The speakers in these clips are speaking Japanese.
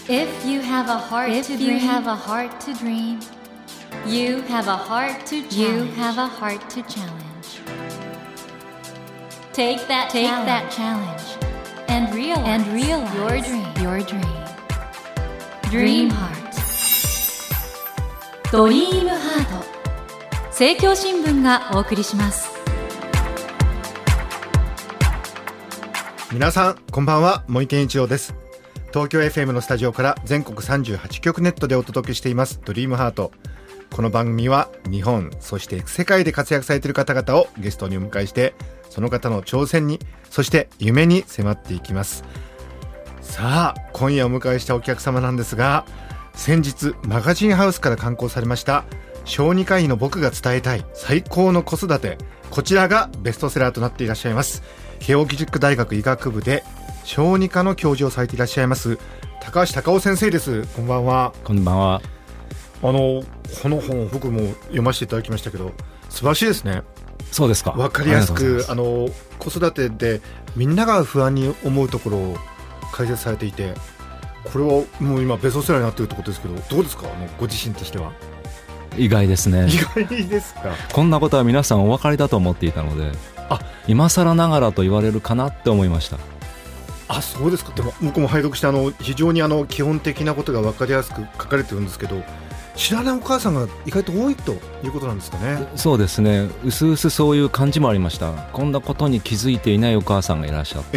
If you have a heart to dream, you have a heart to dream. You have a heart to challenge. You have a heart to challenge. Take that challenge and realize your dream. Dream Heart. ドリームハート。政教新聞がお送りします。 皆さんこんばんは、森健一郎です。東京 FM のスタジオから全国38局ネットでお届けしていますドリームハート。この番組は日本そして世界で活躍されている方々をゲストにお迎えして、その方の挑戦にそして夢に迫っていきます。さあ今夜お迎えしたお客様なんですが、先日マガジンハウスから刊行されました小児科医の僕が伝えたい最高の子育て、こちらがベストセラーとなっていらっしゃいます。慶應義塾大学医学部で小児科の教授をされていらっしゃいます高橋隆夫先生です。こんばんは。 こんばんは。 この本僕も読ませていただきましたけど、素晴らしいですね。 そうですか。 分かりやすく子育てでみんなが不安に思うところを解説されていて、これはもう今ベストセラーになっているということですけど、どうですか、ご自身としては。 意外ですね。 意外ですか。 こんなことは皆さんお分かりだと思っていたので、今更ながらと言われるかなって思いました。 そうですか。でも僕も拝読して非常に基本的なことが分かりやすく書かれてるんですけど、知らないお母さんが意外と多いということなんですかね。 そうですね、うすうすそういう感じもありました。こんなことに気づいていないお母さんがいらっしゃって、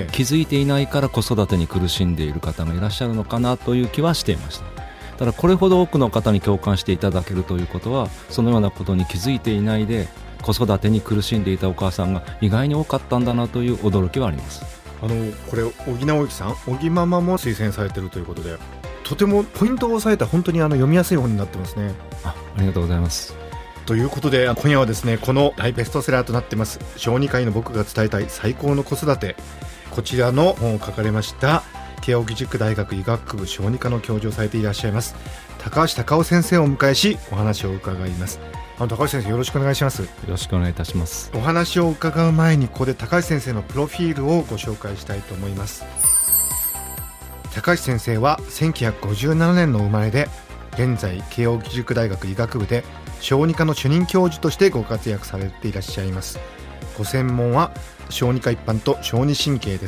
気づいていないから子育てに苦しんでいる方がいらっしゃるのかなという気はしていました。ただこれほど多くの方に共感していただけるということは、そのようなことに気づいていないで子育てに苦しんでいたお母さんが意外に多かったんだなという驚きはあります。 これ小木直之さん、小木ママも推薦されているということで、とてもポイントを押さえた本当に読みやすい本になってますね。 ありがとうございます。 ということで今夜はですね、この大ベストセラーとなってます小児科医の僕が伝えたい最高の子育て、こちらの本を書かれました慶應義塾大学医学部小児科の教授をされていらっしゃいます高橋隆夫先生をお迎えしお話を伺います。高橋先生、よろしくお願いします。 よろしくお願いいたします。 お話を伺う前にここで高橋先生のプロフィールをご紹介したいと思います。高橋先生は1957年の生まれで、現在慶應義塾大学医学部で小児科の主任教授としてご活躍されていらっしゃいます。ご専門は小児科一般と小児神経です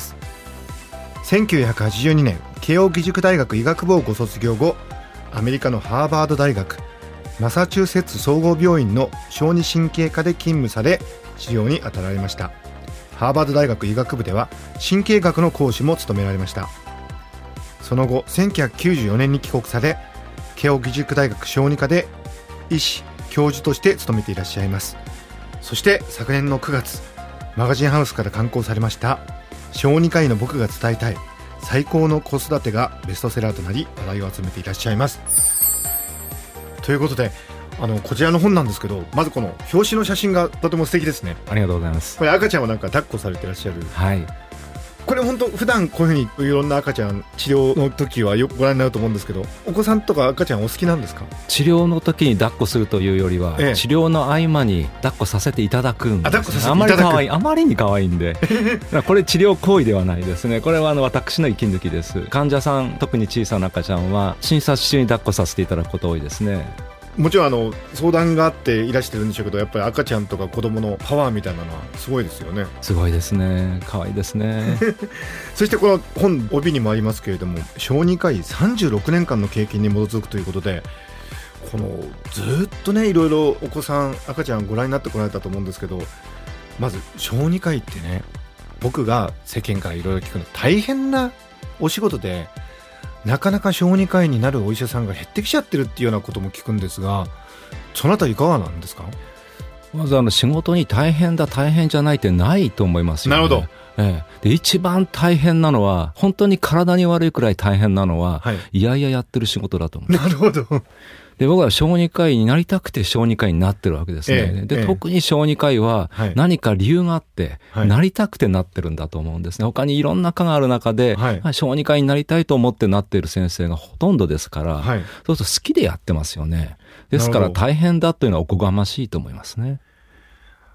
。1982年慶應義塾大学医学部をご卒業後、アメリカのハーバード大学マサチューセッツ総合病院の小児神経科で勤務され、治療に当たられました。ハーバード大学医学部では神経学の講師も務められました。その後1994年に帰国され、慶應義塾大学小児科で医師教授として務めていらっしゃいます。そして昨年の9月マガジンハウスから刊行されました小児科医の僕が伝えたい最高の子育てがベストセラーとなり話題を集めていらっしゃいます。ということでこちらの本なんですけど、まずこの表紙の写真がとても素敵ですね。 ありがとうございます。 これ赤ちゃんはなんか抱っこされていらっしゃる。 はい。 これ本当普段こういうふうにいろんな赤ちゃん治療の時はよくご覧になると思うんですけど、お子さんとか赤ちゃんお好きなんですか？ 治療の時に抱っこするというよりは、治療の合間に抱っこさせていただくんです、ね、あまりに可愛いんでこれ治療行為ではないですね。これは私の息抜きです。患者さん、特に小さな赤ちゃんは診察中に抱っこさせていただくこと多いですね。 もちろん相談があっていらしてるんでしょうけど、やっぱり赤ちゃんとか子供のパワーみたいなのはすごいですよね。 すごいですね。可愛いですねそしてこの本帯にもありますけれども、小児科医36年間の経験に基づくということで、このずっとねいろいろお子さん赤ちゃんご覧になってこられたと思うんですけど、まず小児科医ってね、僕が世間からいろいろ聞くの大変なお仕事で、なかなか小児科医になるお医者さんが減ってきちゃってるっていうようなことも聞くんですが、そのあたりいかがなんですか？ まず仕事に大変だ大変じゃないってないと思いますよね。 なるほど。 で一番大変なのは、本当に体に悪いくらい大変なのは、いやいややってる仕事だと思う。 なるほど。 で僕は小児科医になりたくて小児科医になってるわけですね。で特に小児科医は何か理由があって、なりたくてなってるんだと思うんですね。他にいろんな科がある中で、小児科医になりたいと思ってなっている先生がほとんどですから、そうすると好きでやってますよね。ですから大変だというのはおこがましいと思いますね。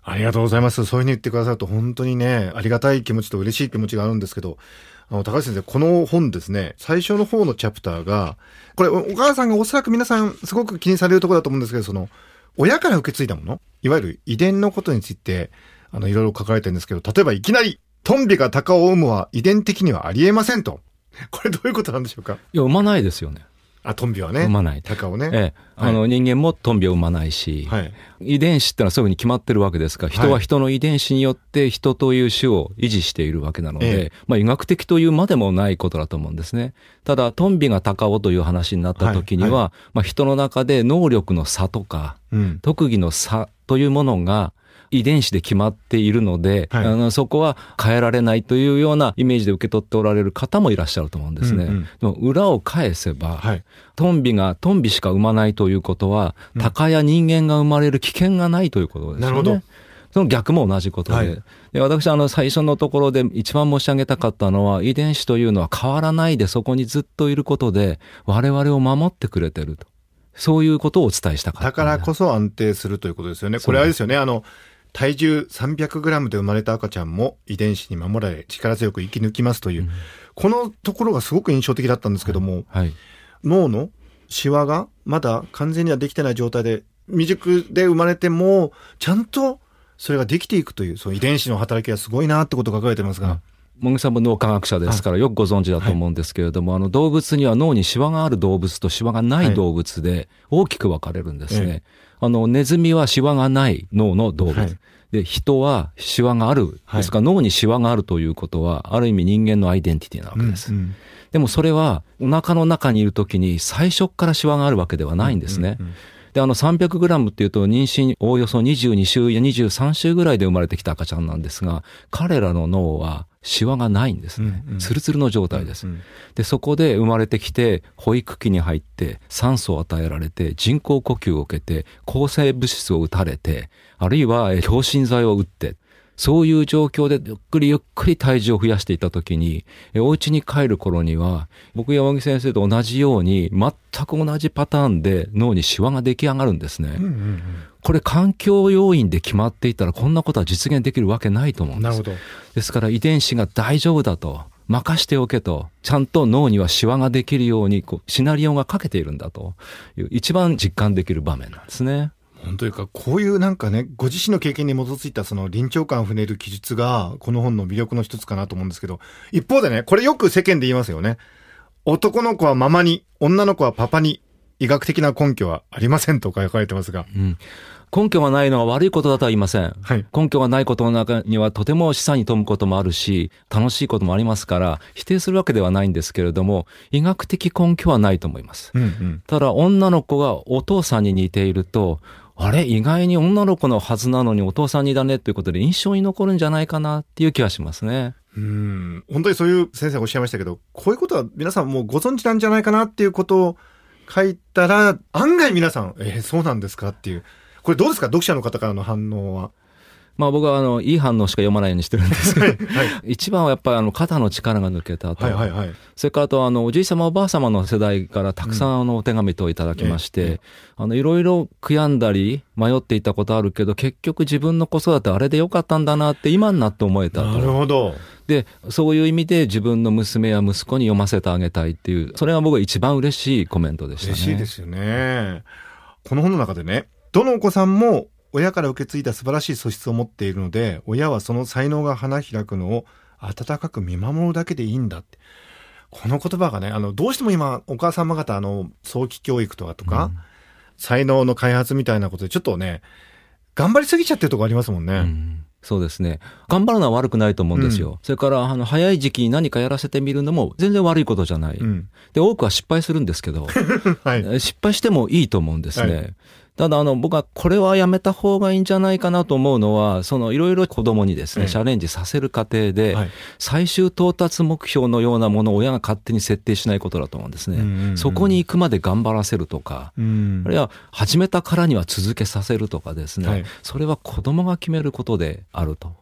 ありがとうございます。そういうふうに言ってくださると本当にね、ありがたい気持ちと嬉しい気持ちがあるんですけど、高橋先生、この本ですね、最初の方のチャプターが、これお母さんがおそらく皆さんすごく気にされるところだと思うんですけど、その親から受け継いだもの、いわゆる遺伝のことについていろいろ書かれてるんですけど、例えばいきなりトンビが鷹を産むは遺伝的にはありえませんと。これどういうことなんでしょうか。 いや、産まないですよね。 トンビはね。 産まない。 鷹をね。 人間もトンビを産まないし、遺伝子ってのはそういうふうに決まってるわけですから、人は人の遺伝子によって人という種を維持しているわけなので、医学的というまでもないことだと思うんですね。ただ、トンビが鷹をという話になった時には、人の中で能力の差とか、特技の差というものが、遺伝子で決まっているので、そこは変えられないというようなイメージで受け取っておられる方もいらっしゃると思うんですね。でも裏を返せば、トンビがトンビしか産まないということは、鷹や人間が生まれる危険がないということですよね。なるほど。その逆も同じことで、で私最初のところで一番申し上げたかったのは、遺伝子というのは変わらないでそこにずっといることで我々を守ってくれてると、そういうことをお伝えしたかった。 だからこそ安定するということですよね。これあれですよね、体重 300g で生まれた赤ちゃんも遺伝子に守られ力強く生き抜きますという、このところがすごく印象的だったんですけども、脳のシワがまだ完全にはできてない状態で未熟で生まれてもちゃんとそれができていくという、その遺伝子の働きがすごいなってことが書かれてますが、 茂木さんも脳科学者ですからよくご存知だと思うんですけれども、動物には脳にシワがある動物とシワがない動物で大きく分かれるんですね。ネズミはシワがない脳の動物、で人はシワがある、ですから脳にシワがあるということはある意味人間のアイデンティティなわけです、でもそれはお腹の中にいるときに最初からシワがあるわけではないんですね。で300g っていうと妊娠おおよそ22週や23週ぐらいで生まれてきた赤ちゃんなんですが、彼らの脳はシワがないんですね。ツルツルの状態です。でそこで生まれてきて保育器に入って酸素を与えられて人工呼吸を受けて抗生物質を打たれて、あるいは強心剤を打って、そういう状況でゆっくり体重を増やしていたときに、お家に帰る頃には僕山木先生と同じように全く同じパターンで脳にシワが出来上がるんですね。これ環境要因で決まっていたらこんなことは実現できるわけないと思うんです。なるほど。ですから遺伝子が大丈夫だと、任しておけと、ちゃんと脳にはシワができるようにシナリオがかけているんだという一番実感できる場面なんですね。 本当いうか、こういうなんかね、ご自身の経験に基づいたその臨場感あふれる記述がこの本の魅力の一つかなと思うんですけど、一方でね、これよく世間で言いますよね。男の子はママに、女の子はパパに、医学的な根拠はありませんと書かれてますが、 根拠がないのは悪いことだとは言いません、根拠がないことの中にはとても示唆に富むこともあるし、楽しいこともありますから否定するわけではないんですけれども、医学的根拠はないと思います、ただ女の子がお父さんに似ていると、あれ意外に女の子のはずなのにお父さんにだねということで印象に残るんじゃないかなっていう気はしますね。 本当にそういう先生がおっしゃいましたけど、こういうことは皆さんもうご存知なんじゃないかなっていうことを書いたら、案外皆さんそうなんですかっていう、これどうですか、読者の方からの反応は。 僕はいい反応しか読まないようにしてるんですけど、一番はやっぱり肩の力が抜けたと、それからあとおじい様おばあ様の世代からたくさんお手紙といただきまして、いろいろ悔やんだり迷っていたことあるけど、結局自分の子育てあれでよかったんだなって今になって思えたと。 なるほど。 でそういう意味で自分の娘や息子に読ませてあげたいっていう、それが僕は一番嬉しいコメントでしたね。 嬉しいですよね。この本の中でね、どのお子さんも親から受け継いだ素晴らしい素質を持っているので、親はその才能が花開くのを温かく見守るだけでいいんだって。この言葉がね、どうしても今お母様方早期教育とか、才能の開発みたいなことでちょっとね頑張りすぎちゃってるところありますもんね。 そうですね。頑張るのは悪くないと思うんですよ。それから早い時期に何かやらせてみるのも全然悪いことじゃない。で多くは失敗するんですけど、失敗してもいいと思うんですね。ただ僕はこれはやめた方がいいんじゃないかなと思うのは、いろいろ子供にですね、チャレンジさせる過程で、最終到達目標のようなものを親が勝手に設定しないことだと思うんですね。そこに行くまで頑張らせるとか、あるいは始めたからには続けさせるとかですね、それは子供が決めることであると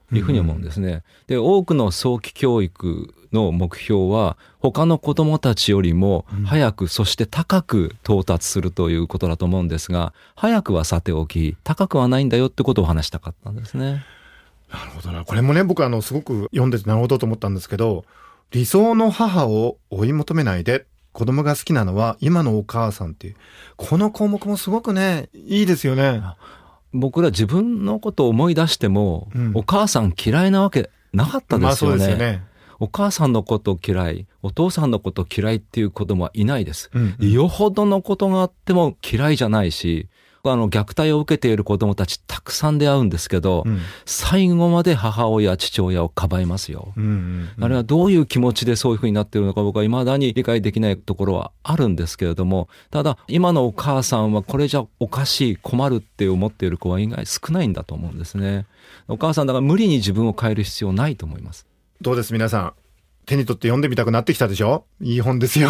いうふうに思うんですね。で、多くの早期教育の目標は他の子どもたちよりも早く、そして高く到達するということだと思うんですが、早くはさておき高くはないんだよってことを話したかったんですね。 なるほどな。これもね、僕すごく読んでてなるほどと思ったんですけど、理想の母を追い求めないで、子供が好きなのは今のお母さんっていう、この項目もすごくね、いいですよね。 僕ら自分のことを思い出しても、お母さん嫌いなわけなかったですよね。そうですよね。お母さんのこと嫌い、お父さんのこと嫌いっていう子供はいないです。よほどのことがあっても嫌いじゃないし、虐待を受けている子供たちたくさん出会うんですけど、最後まで母親父親をかばいますよ。あれはどういう気持ちでそういうふうになっているのか、僕は未だに理解できないところはあるんですけれども、ただ今のお母さんはこれじゃおかしい、困るって思っている子は意外少ないんだと思うんですね。お母さんだから無理に自分を変える必要ないと思います。 どうです皆さん、手に取って読んでみたくなってきたでしょ。いい本ですよ。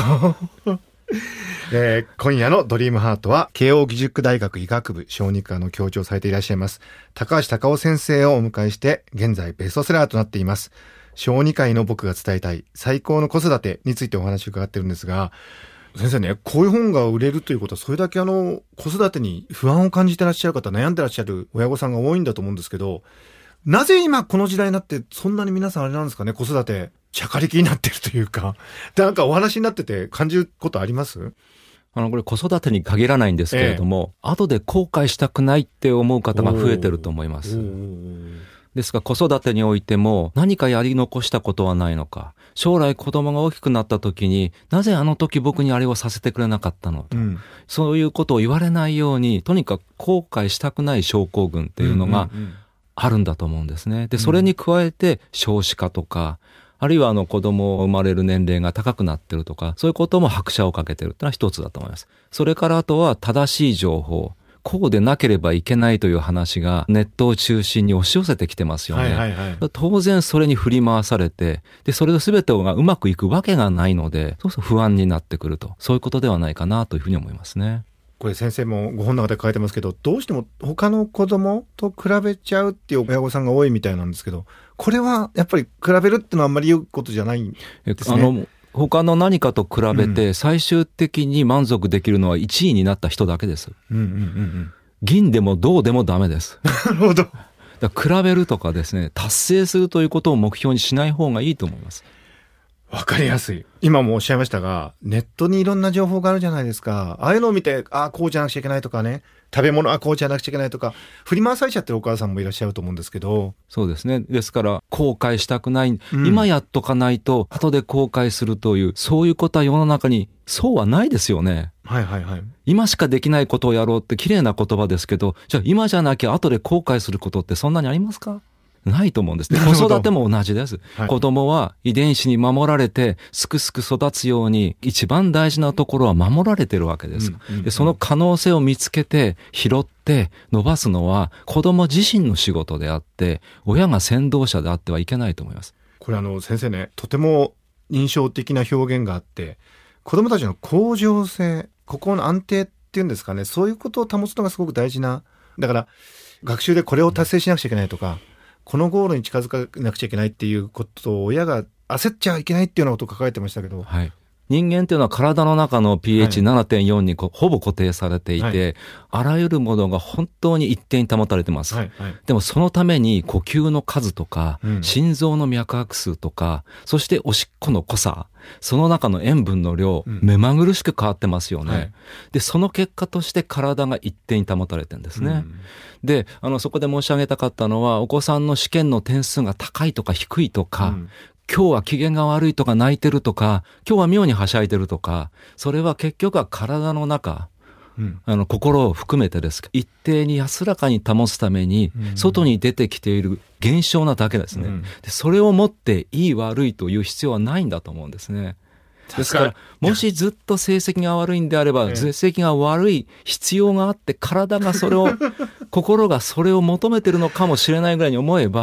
今夜のドリームハートは慶應義塾大学医学部小児科の教授をされていらっしゃいます高橋隆夫先生をお迎えして、現在ベストセラーとなっています小児科医の僕が伝えたい最高の子育てについてお話を伺ってるんですが、先生ね、こういう本が売れるということは、それだけ子育てに不安を感じてらっしゃる方、悩んでらっしゃる親御さんが多いんだと思うんですけど、なぜ今この時代になってそんなに皆さんあれなんですかね、子育てしゃかりきになってるというか、なんかお話になってて感じることあります？ これ子育てに限らないんですけれども、後で後悔したくないって思う方が増えてると思います。ですが子育てにおいても何かやり残したことはないのか、将来子供が大きくなった時になぜあの時僕にあれをさせてくれなかったのと、そういうことを言われないように、とにかく後悔したくない症候群っていうのがあるんだと思うんですね。で、それに加えて少子化とか、あるいは子供を生まれる年齢が高くなってるとか、そういうことも拍車をかけてるってのは一つだと思います。それからあとは正しい情報、こうでなければいけないという話がネットを中心に押し寄せてきてますよね。当然それに振り回されて、でそれ全てがうまくいくわけがないので、そうすると不安になってくると、そういうことではないかなというふうに思いますね。 これ先生もご本の中で書いてますけど、どうしても他の子供と比べちゃうっていう親御さんが多いみたいなんですけど、これはやっぱり比べるってのはあんまり言うことじゃないんですね。 他の何かと比べて最終的に満足できるのは1位になった人だけです。銀でも銅でもダメです。 なるほど。 だから比べるとかですね、達成するということを目標にしない方がいいと思います。 わかりやすい。今もおっしゃいましたが、ネットにいろんな情報があるじゃないですか。ああいうのを見て、こうじゃなくちゃいけないとかね、食べ物はこうじゃなくちゃいけないとか、振り回されちゃってるお母さんもいらっしゃると思うんですけど。 そうですね。ですから後悔したくない、今やっとかないと後で後悔するという、そういうことは世の中にそうはないですよね。今しかできないことをやろうって綺麗な言葉ですけど、じゃあ今じゃなきゃ後で後悔することってそんなにありますか？ないと思うんですね。子育ても同じです。子供は遺伝子に守られてすくすく育つように、一番大事なところは守られてるわけです。で、その可能性を見つけて拾って伸ばすのは子供自身の仕事であって、親が先導者であってはいけないと思います。 これ先生ね、とても印象的な表現があって、子供たちの向上性、心の安定っていうんですかね、そういうことを保つのがすごく大事な。だから学習でこれを達成しなくちゃいけないとか、このゴールに近づかなくちゃいけないっていうことを親が焦っちゃいけないっていうようなことを書かれてましたけど、 人間っていうのは体の中の pH7.4 にほぼ固定されていて、あらゆるものが本当に一定に保たれてます。でもそのために呼吸の数とか、心臓の脈拍数とか、そしておしっこの濃さ、その中の塩分の量、目まぐるしく変わってますよね。で、その結果として体が一定に保たれてるんですね。で、そこで申し上げたかったのは、お子さんの試験の点数が高いとか低いとか、今日は機嫌が悪いとか泣いてるとか、今日は妙にはしゃいでるとか、それは結局は体の中、心を含めてです。一定に安らかに保つために外に出てきている現象なだけですね。で、それをもっていい悪いという必要はないんだと思うんですね。ですからもしずっと成績が悪いんであれば、成績が悪い必要があって、体がそれを心がそれを求めてるのかもしれないぐらいに思えば、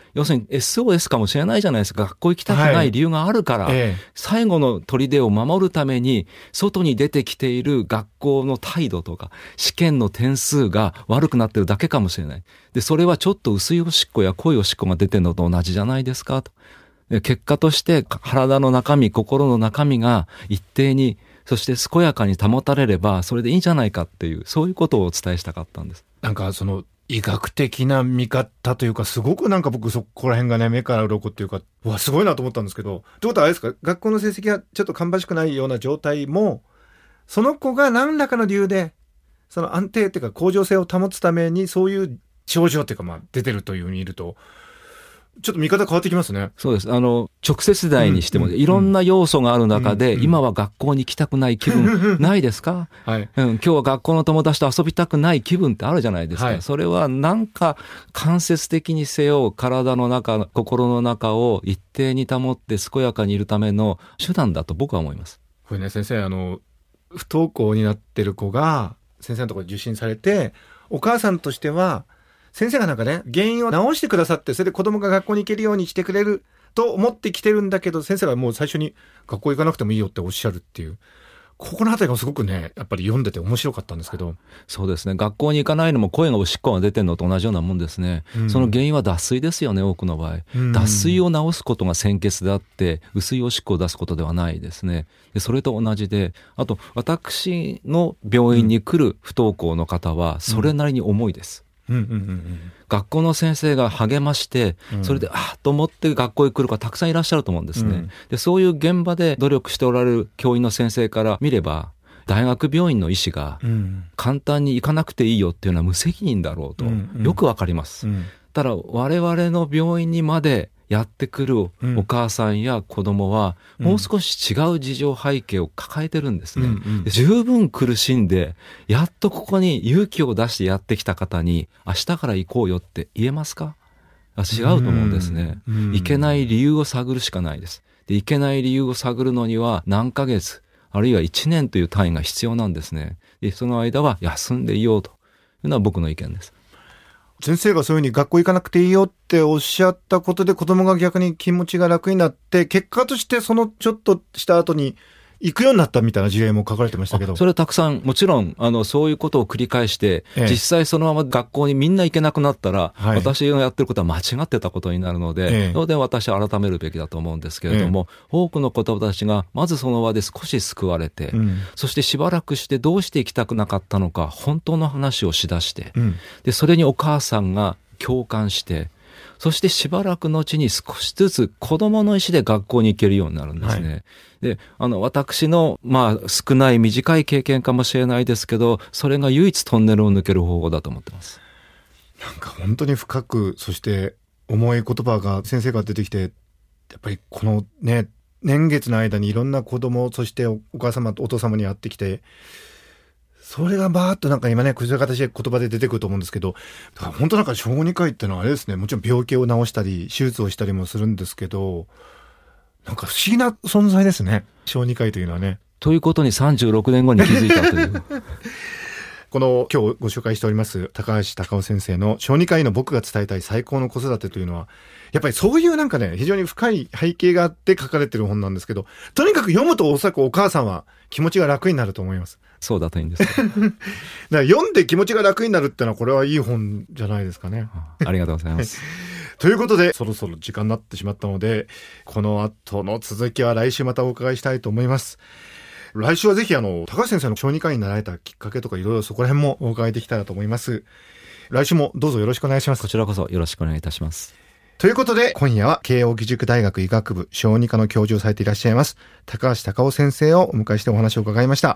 要するに SOS かもしれないじゃないですか。学校行きたくない理由があるから、最後の砦を守るために外に出てきている学校の態度とか試験の点数が悪くなってるだけかもしれない。でそれはちょっと薄いおしっこや濃いおしっこが出てるのと同じじゃないですかと。で結果として体の中身、心の中身が一定に、そして健やかに保たれればそれでいいんじゃないかっていう、そういうことをお伝えしたかったんです。 なんかその医学的な見方というか、すごくなんか僕そこら辺がね、目から鱗っていうか、わすごいなと思ったんですけど、ということはあれですか、学校の成績がちょっと芳しくないような状態も、その子が何らかの理由でその安定っていうか向上性を保つためにそういう症状っていうか出てるというふうに見ると、ちょっと見方変わってきますね。 そうです。直接世代にしても、いろんな要素がある中で、今は学校に行きたくない気分ないですか、今日は学校の友達と遊びたくない気分ってあるじゃないですか、それはなんか間接的にせよ体の中、心の中を一定に保って健やかにいるための手段だと僕は思います。 これね、先生、不登校になってる子が先生のところに受診されて、お母さんとしては先生がなんかね、原因を直してくださって、それで子供が学校に行けるようにしてくれると思ってきてるんだけど、先生がもう最初に学校行かなくてもいいよっておっしゃるっていう、ここのあたりがすごくね、やっぱり読んでて面白かったんですけど。 そうですね。学校に行かないのも声がおしっこが出てるのと同じようなもんですね、その原因は脱水ですよね、多くの場合、脱水を治すことが先決であって薄いおしっこを出すことではないですね。でそれと同じで、あと私の病院に来る不登校の方はそれなりに重いです、学校の先生が励まして、それでと思って学校に来る方たくさんいらっしゃると思うんですね、でそういう現場で努力しておられる教員の先生から見れば、大学病院の医師が簡単に行かなくていいよっていうのは無責任だろうとよくわかります、ただ我々の病院にまでやってくるお母さんや子供はもう少し違う事情背景を抱えてるんですね、十分苦しんでやっとここに勇気を出してやってきた方に明日から行こうよって言えますか？違うと思うんですね、行けない理由を探るしかないです。で行けない理由を探るのには何ヶ月あるいは1年という単位が必要なんですね。でその間は休んでいようというのは僕の意見です。 先生がそういうふうに学校行かなくていいよっておっしゃったことで、子供が逆に気持ちが楽になって、結果としてそのちょっとした後に行くようになったみたいな事例も書かれてましたけど。 それはたくさん、もちろんそういうことを繰り返して、実際そのまま学校にみんな行けなくなったら、私がやってることは間違ってたことになるので、それで私は改めるべきだと思うんですけれども、多くの子供たちがまずその場で少し救われて、そしてしばらくしてどうして行きたくなかったのか本当の話をしだして、でそれにお母さんが共感して、そしてしばらくのうちに少しずつ子供の意思で学校に行けるようになるんですね、で私の少ない短い経験かもしれないですけど、それが唯一トンネルを抜ける方法だと思ってます。 なんか本当に深く、そして重い言葉が先生が出てきて、やっぱりこのね、年月の間にいろんな子供、そしてお母様とお父様に会ってきて、それがバーッとなんか今ね、そういう形で言葉で出てくると思うんですけど、だから本当なんか小児科医ってのはあれですね、もちろん病気を治したり手術をしたりもするんですけど、なんか不思議な存在ですね、小児科医というのはね。 ということに36年後に気づいたというこの今日ご紹介しております高橋隆夫先生の小児科医の僕が伝えたい最高の子育てというのは、やっぱりそういうなんかね、非常に深い背景があって書かれてる本なんですけど、とにかく読むとおそらくお母さんは気持ちが楽になると思います。 そうだといいんですだから読んで気持ちが楽になるってのは、これはいい本じゃないですかね。 ありがとうございますということで、そろそろ時間になってしまったので、この後の続きは来週またお伺いしたいと思います。来週はぜひ高橋先生の小児科医になられたきっかけとか、いろいろそこら辺もお伺いできたらと思います。来週もどうぞよろしくお願いします。 こちらこそよろしくお願いいたします。 ということで、今夜は慶應義塾大学医学部小児科の教授をされていらっしゃいます高橋隆夫先生をお迎えしてお話を伺いました。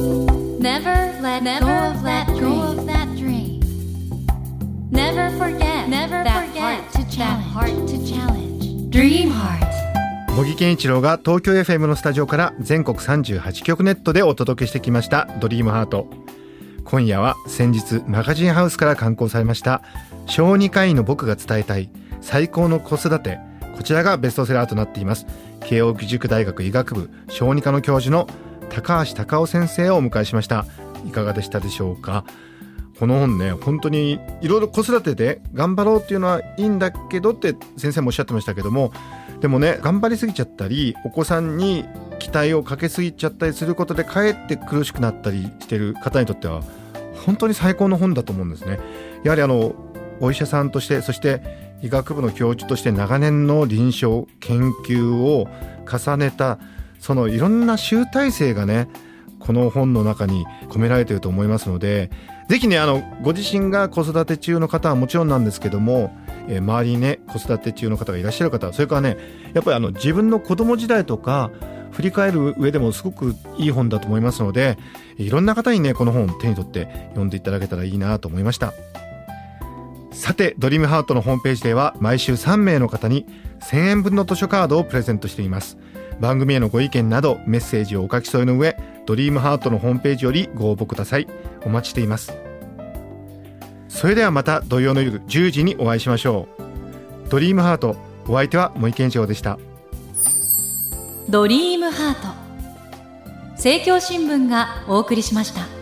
Never let go of that dream. Never forget that heart to challenge. Dream Heart。 茂木健一郎が東京 FM のスタジオから全国38局ネットでお届けしてきましたドリームハート。今夜は先日マガジンハウスから刊行されました小児科医の僕が伝えたい最高の子育て、こちらがベストセラーとなっています慶應義塾大学医学部小児科の教授の高橋隆夫先生をお迎えしました。いかがでしたでしょうか。 この本ね、本当にいろいろ子育てで頑張ろうっていうのはいいんだけどって先生もおっしゃってましたけども、でもね、頑張りすぎちゃったりお子さんに期待をかけすぎちゃったりすることでかえって苦しくなったりしている方にとっては本当に最高の本だと思うんですね。やはりお医者さんとして、そして医学部の教授として長年の臨床研究を重ねたそのいろんな集大成がね、この本の中に込められていると思いますので、ぜひね、ご自身が子育て中の方はもちろんなんですけども、周りにね子育て中の方がいらっしゃる方、それからね、やっぱり自分の子供時代とか振り返る上でもすごくいい本だと思いますので、いろんな方にねこの本を手に取って読んでいただけたらいいなと思いました。さて、ドリームハートのホームページでは毎週3名の方に1000円分の図書カードをプレゼントしています。番組へのご意見などメッセージをお書き添えの上、ドリームハートのホームページよりご応募ください。お待ちしています。それではまた土曜の夜10時にお会いしましょう。ドリームハート、お相手は森健一郎でした。 ドリームハート、政教新聞がお送りしました。